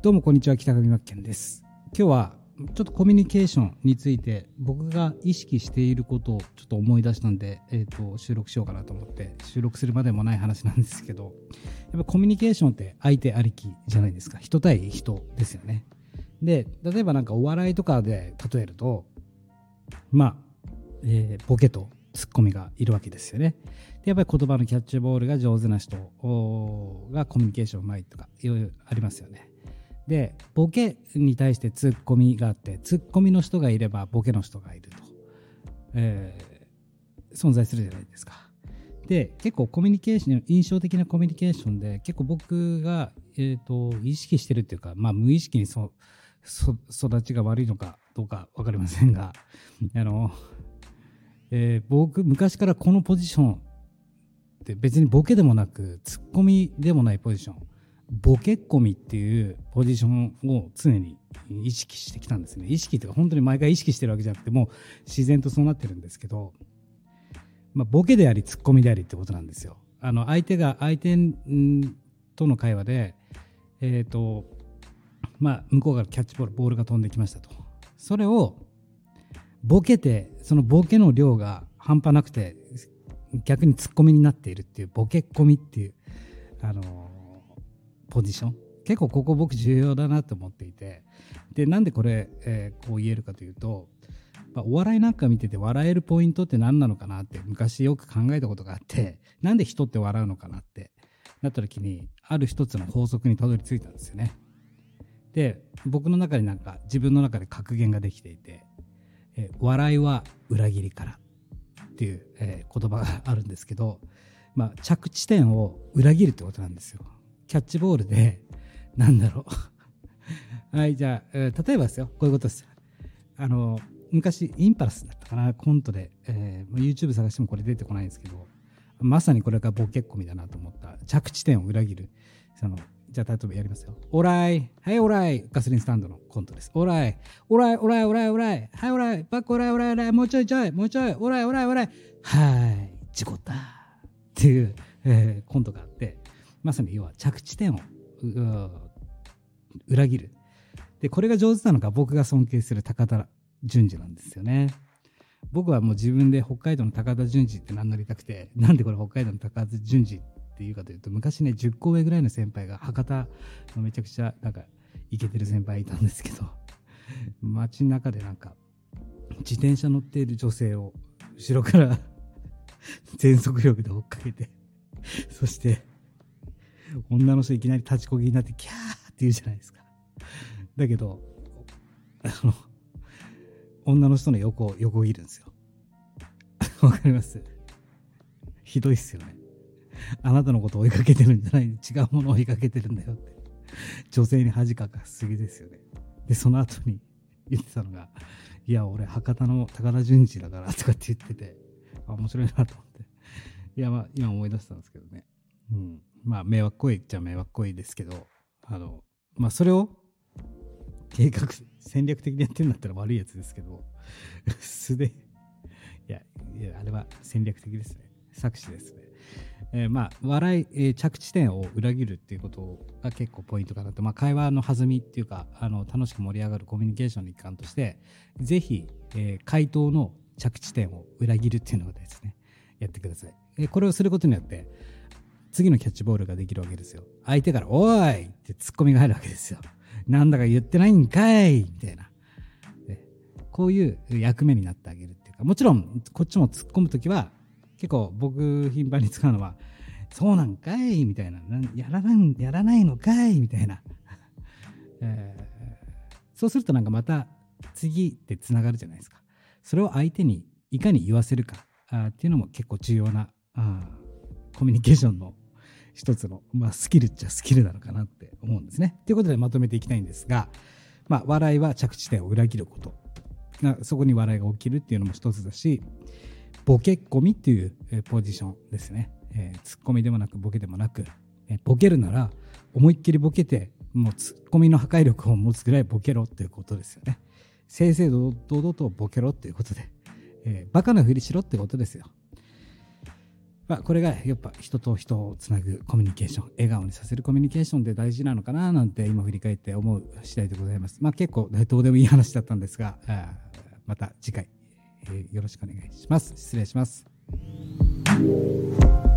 どうもこんにちは、北上真剣です。今日はちょっとコミュニケーションについて僕が意識していることをちょっと思い出したんで、収録しようかなと思って、収録するまでもない話なんですけど、やっぱコミュニケーションって相手ありきじゃないですか。人対人ですよね。で、例えばなんかお笑いとかで例えると、ボケとツッコミがいるわけですよね。でやっぱり言葉のキャッチボールが上手な人がコミュニケーションうまいとかいろいろありますよね。でボケに対してツッコミがあって、ツッコミの人がいればボケの人がいると、存在するじゃないですか。で結構コミュニケーション、印象的なコミュニケーションで結構僕が、意識してるっていうか、無意識に育ちが悪いのかどうか分かりませんが僕昔からこのポジションって別にボケでもなくツッコミでもないポジション、ボケっこみっていうポジションを常に意識してきたんですね。意識というか本当に毎回意識してるわけじゃなくて、もう自然とそうなってるんですけど、ボケでありツッコミでありってことなんですよ。相手との会話で向こうからキャッチボールが飛んできましたと。それをボケて、そのボケの量が半端なくて逆にツッコミになっているっていうボケっこみっていうポジション、結構ここ僕重要だなと思っていて、でなんでこれ、こう言えるかというと、お笑いなんか見てて笑えるポイントって何なのかなって昔よく考えたことがあって、なんで人って笑うのかなってなった時にある一つの法則にたどり着いたんですよね。で僕の中に自分の中で格言ができていて、笑いは裏切りからっていう、言葉があるんですけど、着地点を裏切るってことなんですよ。キャッチボールではいじゃあ、例えばですよ、こういうことです。昔インパルスだったかな、コントで、YouTube 探してもこれ出てこないんですけど、まさにこれがボケっこみだなと思った。着地点を裏切る。じゃあ例えばやりますよ。オライ、はいオライ、ガソリンスタンドのコントです。オライ、オライ、オライ、オライ、オライ、はいオライ、バックオライ、オライ、オライ、もうちょい、もうちょい、オライ、オライ、オライ、はい、事故ったっていう、コントがあって、まさに要は着地点を裏切る。でこれが上手なのが僕が尊敬する高田純次なんですよね。僕はもう自分で北海道の高田純次って名乗りたくて、なんでこれ北海道の高田純次っていうかというと、昔ね10個上ぐらいの先輩が博多のめちゃくちゃイケてる先輩いたんですけど、街中で自転車乗っている女性を後ろから全速力で追っかけて、そして女の人いきなり立ちこぎになってキャーって言うじゃないですか。だけど女の人の横切るんですよ。わかります？ひどいっすよね。あなたのことを追いかけてるんじゃない、違うものを追いかけてるんだよって。女性に恥かかしすぎですよね。でその後に言ってたのが、いや俺博多の高田純次だからとかって言ってて、面白いなと思って、いや今思い出したんですけどね。迷惑行為っちゃ迷惑行為ですけど、それを戦略的にやってるんだったら悪いやつですけど素でいやあれは戦略的ですね。作詞ですね。笑い、着地点を裏切るっていうことが結構ポイントかなと。会話の弾みっていうか楽しく盛り上がるコミュニケーションの一環として、ぜひ、回答の着地点を裏切るっていうのをですねやってください。これをすることによって次のキャッチボールができるわけですよ。相手からおいってツッコミが入るわけですよ。なんだか言ってないんかいみたいな。こういう役目になってあげるっていうか、もちろんこっちも突っ込むときは結構僕頻繁に使うのは、そうなんかいみたいな、やらないのかいみたいな、そうするとまた次ってつながるじゃないですか。それを相手にいかに言わせるかっていうのも結構重要なコミュニケーションの一つの、スキルっちゃスキルなのかなって思うんですね。ということでまとめていきたいんですが、笑いは着地点を裏切ること、そこに笑いが起きるっていうのも一つだし、ボケっこみっていうポジションですね。ツッコミでもなくボケでもなく、ボケるなら思いっきりボケて、もうツッコミの破壊力を持つぐらいボケろっていうことですよね。正々堂々とボケろっていうことで、バカなふりしろってことですよ。 これがやっぱ人と人をつなぐコミュニケーション、笑顔にさせるコミュニケーションで大事なのかななんて今振り返って思う次第でございます。結構どうでもいい話だったんですが、また次回、よろしくお願いします。失礼します。